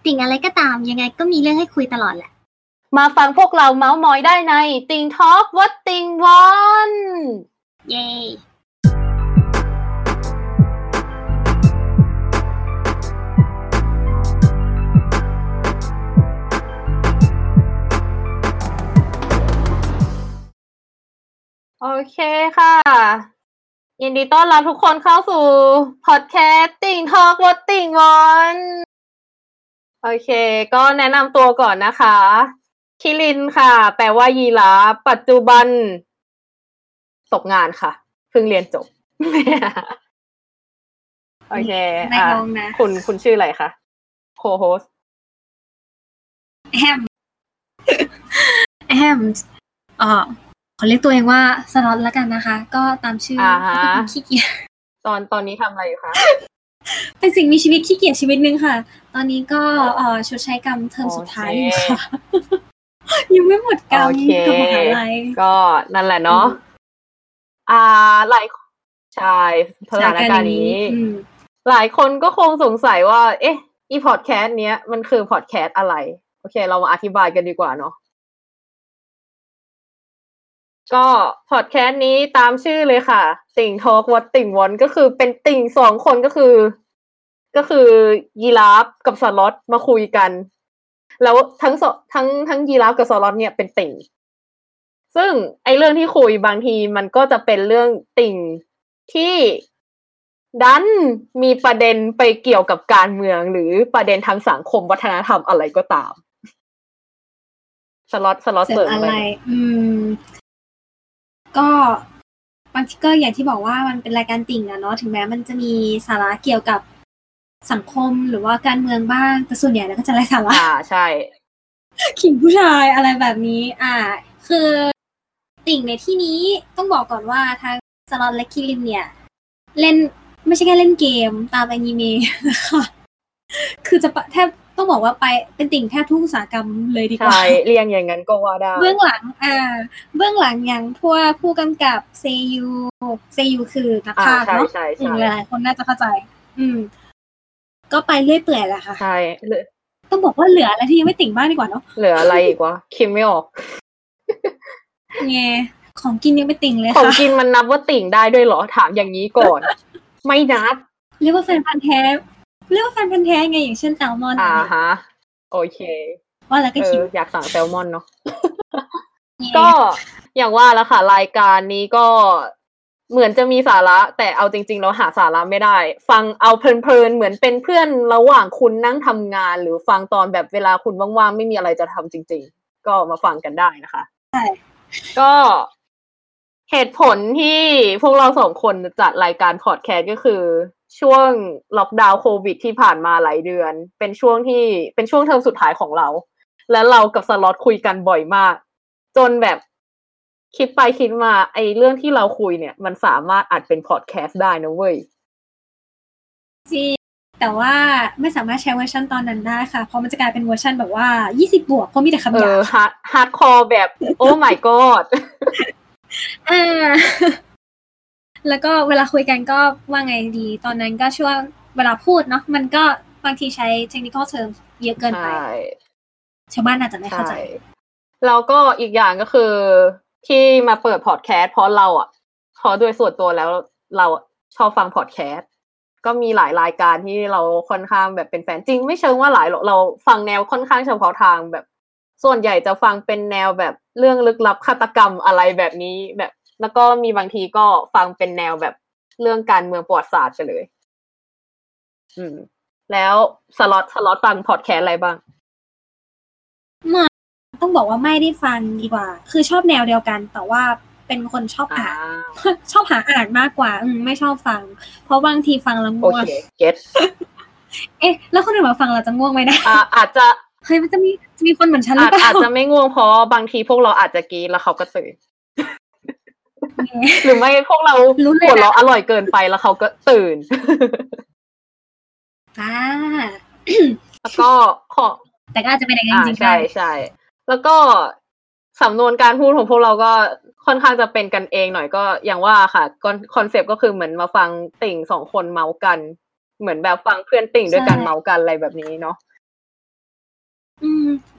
ติ่งอะไรก็ตามยังไงก็มีเรื่องให้คุยตลอดแหละมาฟังพวกเราเม้ามอยได้ในติ่งทอล์กวัดติ่งวอนเย้โอเคค่ะยินดีต้อนรับทุกคนเข้าสู่พอดแคสต์ติ่งทอล์กวัดติ่งวอนโอเคก็แนะนำตัวก่อนนะคะคิรินค่ะแปลว่ายีราฟปัจจุบันตกงานค่ะเพิ่งเรียนจบโอเคคุณชื่ออะไรคะโคโฮสแฮมขอเรียกตัวเองว่าสล็อตแล้วกันนะคะก็ตามชื่อก็เป็นขี้เกียจตอนนี้ทำอะไรอยู่คะเป็นสิ่งมีชีวิตขี้เกียจชีวิตนึงค่ะตอนนี้ก็ชดใช้กรรมเทอมสุดท้ายอยู่ค่ะยังไม่หมดกรรมกับมหาลัยก็นั่นแหละเนาะหลายใช่สถานการณ์นี้หลายคนก็คงสงสัยว่าเอ๊ะอีพอดแคสต์เนี้ยมันคือพอดแคสต์อะไรโอเคเรามาอธิบายกันดีกว่าเนาะก็พอดแคสต์นี้ตามชื่อเลยค่ะติ่งทอล์กวัดติ่งวอนก็คือเป็นติ่งสองคนก็คือยีราฟกับสล็อตมาคุยกันแล้วทั้งยีราฟกับสล็อตเนี่ยเป็นติ่งซึ่งไอ้เรื่องที่คุยบางทีมันก็จะเป็นเรื่องติ่งที่ดันมีประเด็นไปเกี่ยวกับการเมืองหรือประเด็นทางสังคมวัฒนธรรมอะไรก็ตามสล็อตเสริมอะไรก็บางทีก็อย่างที่บอกว่ามันเป็นรายการติ่งอะเนาะถึงแม้มันจะมีสาระเกี่ยวกับสังคมหรือว่าการเมืองบ้างแต่ส่วนใหญ่แล้วก็จะไร้สาระใช่ขิงผู้ชายอะไรแบบนี้คือติ่งในที่นี้ต้องบอกก่อนว่าทางสล็อตและคิรินเนี่ยเล่นไม่ใช่แค่เล่นเกมตามอนิเมะนะคะคือจะแทบต้องบอกว่าไปเป็นติ่งแทบทุกอุตสาหกรรมเลยดีกว่าใช่เรียงอย่างนั้นก็ว่าได้เบื้องหลังอย่างพวกผู้กำกับเซยูคือนักพากย์เนาะหลายคนน่าจะเข้าใจก็ไปเรื่อยเปื่อยแหละค่ะใช่ต้องบอกว่าเหลืออะไรที่ยังไม่ติ่งบ้างดีกว่าเนาะเหลืออะไรอีกวะคิดไม่ออกไงของกินยังไม่ติ่งเลยค่ะของกินมันนับว่าติ่งได้ด้วยเหรอถามอย่างนี้ก่อนไม่นับเรียกว่าแฟนพันธุ์แท้ไงอย่างเช่นแซลมอนฮะโอเคว่าแล้วก็คิวอยากสั่งแซลมอนเนาะก็อย่างว่าแล้วค่ะรายการนี้ก็เหมือนจะมีสาระแต่เอาจริงๆเราหาสาระไม่ได้ฟังเอาเพลินๆเหมือนเป็นเพื่อนระหว่างคุณนั่งทำงานหรือฟังตอนแบบเวลาคุณว่างๆไม่มีอะไรจะทำจริงๆก็มาฟังกันได้นะคะใช่ก็เหตุผลที่พวกเราสองคนจัดรายการพอดแคสต์ก็คือช่วงล็อกดาวน์โควิดที่ผ่านมาหลายเดือนเป็นช่วงเทอมสุดท้ายของเราและเรากับสล็อตคุยกันบ่อยมากจนแบบคิดไปคิดมาไอ้เรื่องที่เราคุยเนี่ยมันสามารถอัดเป็นพอดแคสต์ได้นะเว้ยจริงแต่ว่าไม่สามารถใช้เวอร์ชันตอนนั้นได้ค่ะเพราะมันจะกลายเป็นเวอร์ชันแบบว่า20 บวกเพราะมีแต่คำหยาบฮาร์ดคอร์แบบโอ้ my god แล้วก็เวลาคุยกันก็ว่าไงดีตอนนั้นก็ช่วงเวลาพูดเนาะมันก็บางทีใช้ technical terms เยอะเกินไปชาวบ้านอาจจะไม่เข้าใจแล้วก็อีกอย่างก็คือที่มาเปิดพอดแคสต์เพราะเราพอโดยส่วนตัวแล้วเราชอบฟังพอดแคสต์ก็มีหลายรายการที่เราค่อนข้างแบบเป็นแฟนจริงไม่เชิงว่าหลายเราฟังแนวค่อนข้างเฉพาะทางแบบส่วนใหญ่จะฟังเป็นแนวแบบเรื่องลึกลับฆาตกรรมอะไรแบบนี้แบบแล้วก็มีบางทีก็ฟังเป็นแนวแบบเรื่องการเมืองประวัติศาสตร์ไปเลยแล้วสล็อตฟังพอดแคสต์อะไรบ้างต้องบอกว่าไม่ได้ฟังดีกว่าคือชอบแนวเดียวกันแต่ว่าเป็นคนชอบอ่านชอบหาอ่านมากกว่าไม่ชอบฟังเพราะบางทีฟังแล้วง่วงโอเคเก็ทแล้วคนอื่นมาฟังเราจะง่วงไหมนะอาจจะเฮ้ยมันจะมีคนเหมือนฉันหรือเปล่าอาจจะไม่ง่วงเพราะบางทีพวกเราอาจจะกรี๊ดแล้วเขาก็ตื่นหรือไม่พวกเราหัวเราะอร่อยเกินไปแล้วเขาก็ตื่นแล้วก็แต่ก็อาจจะเป็นอย่างนั้นจริงๆใช่แล้วก็สำนวนการพูดของพวกเราก็ค่อนข้างจะเป็นกันเองหน่อยก็อย่างว่าค่ะคอนเซปต์ก็คือเหมือนมาฟังติ่ง2คนเมาส์กันเหมือนแบบฟังเพื่อนติ่งด้วยกันเมาส์กันอะไรแบบนี้เนาะ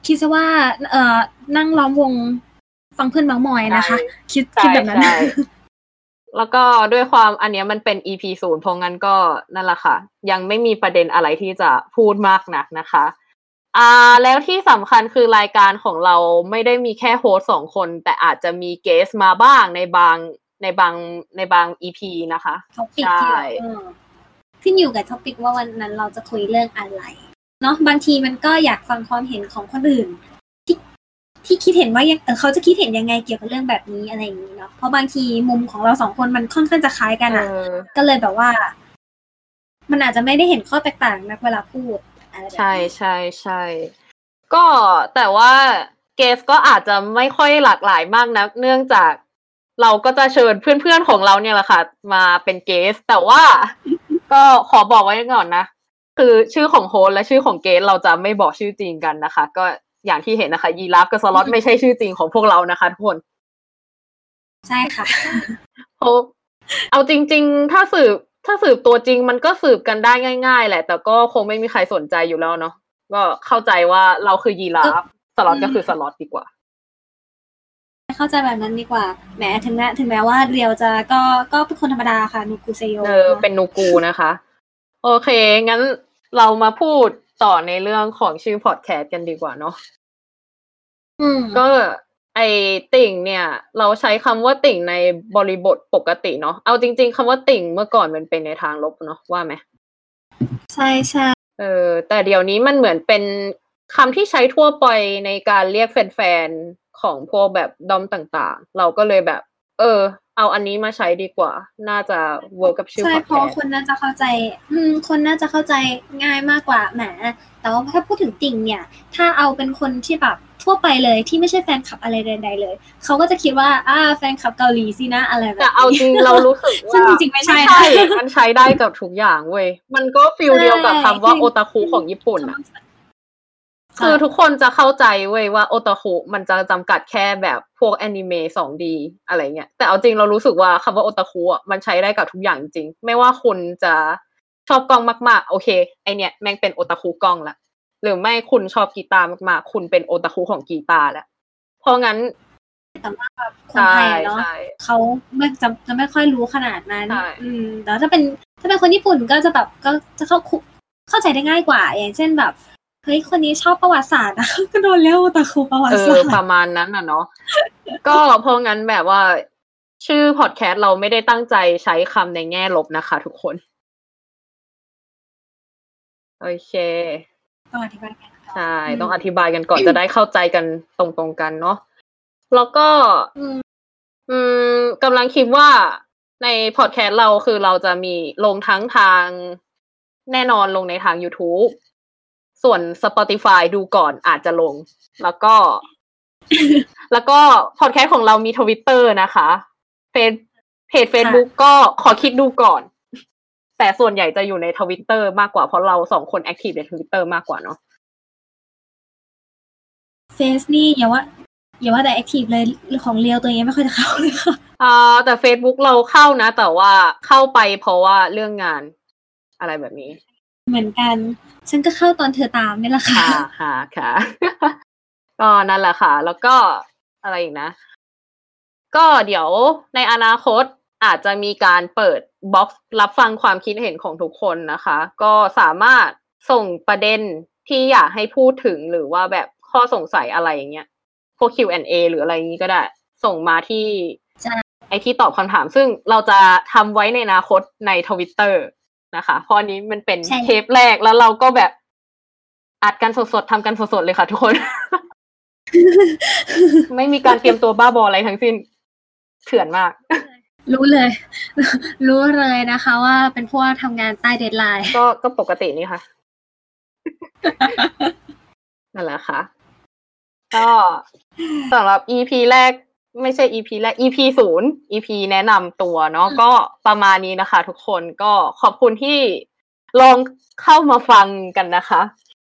คิดซะว่านั่งล้อมวงฟังเพื่อนเม้ามอยนะคะคิดแบบนั้นแล้วก็ด้วยความอันเนี้ยมันเป็น EP 0เพราะงั้นก็นั่นแหละค่ะยังไม่มีประเด็นอะไรที่จะพูดมากนักนะคะแล้วที่สำคัญคือรายการของเราไม่ได้มีแค่โฮสต์2คนแต่อาจจะมีเกสมาบ้างในบาง EP นะคะท็อปิกที่ขึ้นอยู่กับท็อปิกว่าวันนั้นเราจะคุยเรื่องอะไรเนาะบางทีมันก็อยากฟังความเห็นของคนอื่นที่คิดเห็นว่าเขาจะคิดเห็นยังไงเกี่ยวกับเรื่องแบบนี้อะไรอย่างนี้เนาะเพราะบางทีมุมของเรา2คนมันค่อนข้างจะคล้ายกันก็เลยแบบว่ามันอาจจะไม่ได้เห็นข้อแตกต่างนักเวลาพูดใช่ใช่ใช่ก็แต่ว่าเกสก็อาจจะไม่ค่อยหลากหลายมากนักเนื่องจากเราก็จะเชิญเพื่อนๆของเราเนี่ยแหละค่ะมาเป็นเกสแต่ว่าก็ขอบอกไว้ก่อนนะคือชื่อของโฮสและชื่อของเกสเราจะไม่บอกชื่อจริงกันนะคะก็อย่างที่เห็นนะคะยีราฟกับสล็อตไม่ใช่ชื่อจริงของพวกเรานะคะทุกคนใช่ค่ะเอาจริงๆถ้าสืบตัวจริงมันก็สืบกันได้ง่ายๆแหละแต่ก็คงไม่มีใครสนใจอยู่แล้วเนาะก็เข้าใจว่าเราคือยีราฟสล็อตก็คือสล็อตดีกว่าเข้าใจแบบนั้นดีกว่าแหมถึงแม้ว่าเรียวจะก็เป็นคนธรรมดาค่ะนูกูเซโยเป็นนูกูนะคะโอเคงั้นเรามาพูดต่อในเรื่องของชื่อพอดแคสต์กันดีกว่าเนาะก็ไอติ่งเนี่ยเราใช้คำว่าติ่งในบริบทปกติเนาะเอาจริงๆคำว่าติ่งเมื่อก่อนมันเป็นในทางลบเนาะว่าไหมใช่ใช่แต่เดี๋ยวนี้มันเหมือนเป็นคำที่ใช้ทั่วไปในการเรียกแฟนๆของพวกแบบดอมต่างๆเราก็เลยแบบเอาอันนี้มาใช้ดีกว่าน่าจะเวิร์กกับชื่อพอดแคสต์ใช่เพราะคนน่าจะเข้าใจคนน่าจะเข้าใจง่ายมากกว่าแหมแต่ว่าถ้าพูดถึงติ่งเนี่ยถ้าเอาเป็นคนที่แบบทั่วไปเลยที่ไม่ใช่แฟนคลับอะไรใดๆเลยเขาก็จะคิดว่าแฟนคลับเกาหลีสินะอะไรแบบแต่เอาจริงเรารู้สึกว่าจริงๆไม่ใช่มันใช้ได้กับทุกอย่างเว้ยมันก็ฟีลเดียวกับคำว่าโอตาคุของญี่ปุ่นอะคือทุกคนจะเข้าใจเว้ยว่าโอตาคุมันจะจำกัดแค่แบบพวกแอนิเมะ 2D อะไรเงี้ยแต่เอาจริงเรารู้สึกว่าคำว่าโอตาคุอ่ะมันใช้ได้กับทุกอย่างจริงไม่ว่าคุณจะชอบกล้องมากๆโอเคไอเนี้ยแม่งเป็นโอตาคุกล้องละหรือไม่คุณชอบกีตาร์มากๆคุณเป็นโอตาคุของกีตาร์แล้วเพราะงั้นแต่ว่าคนไทยเนาะเขาจะไม่ค่อยรู้ขนาดนั้นแต่ถ้าเป็นคนญี่ปุ่นก็จะแบบก็จะเข้าใจได้ง่ายกว่าอย่างเช่นแบบเฮ้ยคนนี้ชอบประวัติศาสตร์ก็โดนเรียกว่าตาคูประวัติศาสตร์ประมาณนั้นเนาะก็เพราะงั้นแบบว่าชื่อพอดแคสต์เราไม่ได้ตั้งใจใช้คำในแง่ลบนะคะทุกคนโอเคต้องอธิบายกันใช่ต้องอธิบายกันก่อนจะได้เข้าใจกันตรงๆกันเนาะแล้วก็กำลังคิดว่าในพอดแคสต์เราคือเราจะมีลงทั้งทางแน่นอนลงในทาง YouTube ส่วน Spotify ดูก่อนอาจจะลงแล้วก็พอดแคสต์ของเรามี Twitter นะคะเพจ Facebook ก็ขอคิดดูก่อนแต่ส่วนใหญ่จะอยู่ใน Twitter มากกว่าเพราะเรา2คนแอคทีฟใน Twitter มากกว่าเนาะเฟซนี่อย่าว่าแต่แอคทีฟเลยของเรียวตัวเองไม่ค่อยจะเข้าเลยค่ะแต่ Facebook เราเข้านะแต่ว่าเข้าไปเพราะว่าเรื่องงานอะไรแบบนี้เหมือนกันฉันก็เข้าตอนเธอตามนี่แหละค่ะค่ะก็นั่นแหละค่ะแล้วก็อะไรอีกนะก็เดี๋ยวในอนาคตอาจจะมีการเปิดบ็อกซ์รับฟังความคิดเห็นของทุกคนนะคะก็สามารถส่งประเด็นที่อยากให้พูดถึงหรือว่าแบบข้อสงสัยอะไรอย่างเงี้ยพวก Q&A หรืออะไรอย่างนี้ก็ได้ส่งมาที่ไอที่ตอบคำถามซึ่งเราจะทำไว้ในอนาคตใน Twitter นะคะเพราะนี้มันเป็นเทปแรกแล้วเราก็แบบอัดกันสดๆทำกันสดๆเลยค่ะทุกคน ไม่มีการเตรียมตัวบ้าบออะไรทั้งสิ้นเถื่อนมากรู้เลยนะคะว่าเป็นพวกทำงานใต้เดดไลน์ก็ปกตินี่ค่ะ นั่นแหละค่ะก็สำหรับ EP แรกไม่ใช่ EP แรก EP 0 EP แนะนำตัวเนาะก็ประมาณนี้นะคะทุกคนก็ขอบคุณที่ลองเข้ามาฟังกันนะคะ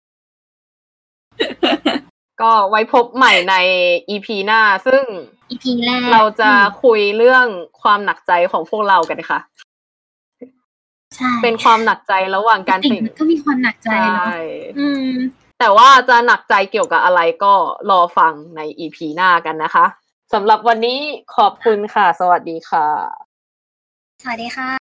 ก็ไว้พบใหม่ใน EP หน้าซึ่ง EP แรกเราจะคุยเรื่องความหนักใจของพวกเรากันค่ะใช่เป็นความหนักใจระหว่างการติ่งก็มีความหนักใจเนาะแต่ว่าจะหนักใจเกี่ยวกับอะไรก็รอฟังใน EP หน้ากันนะคะสำหรับวันนี้ขอบคุณค่ะสวัสดีค่ะสวัสดีค่ะ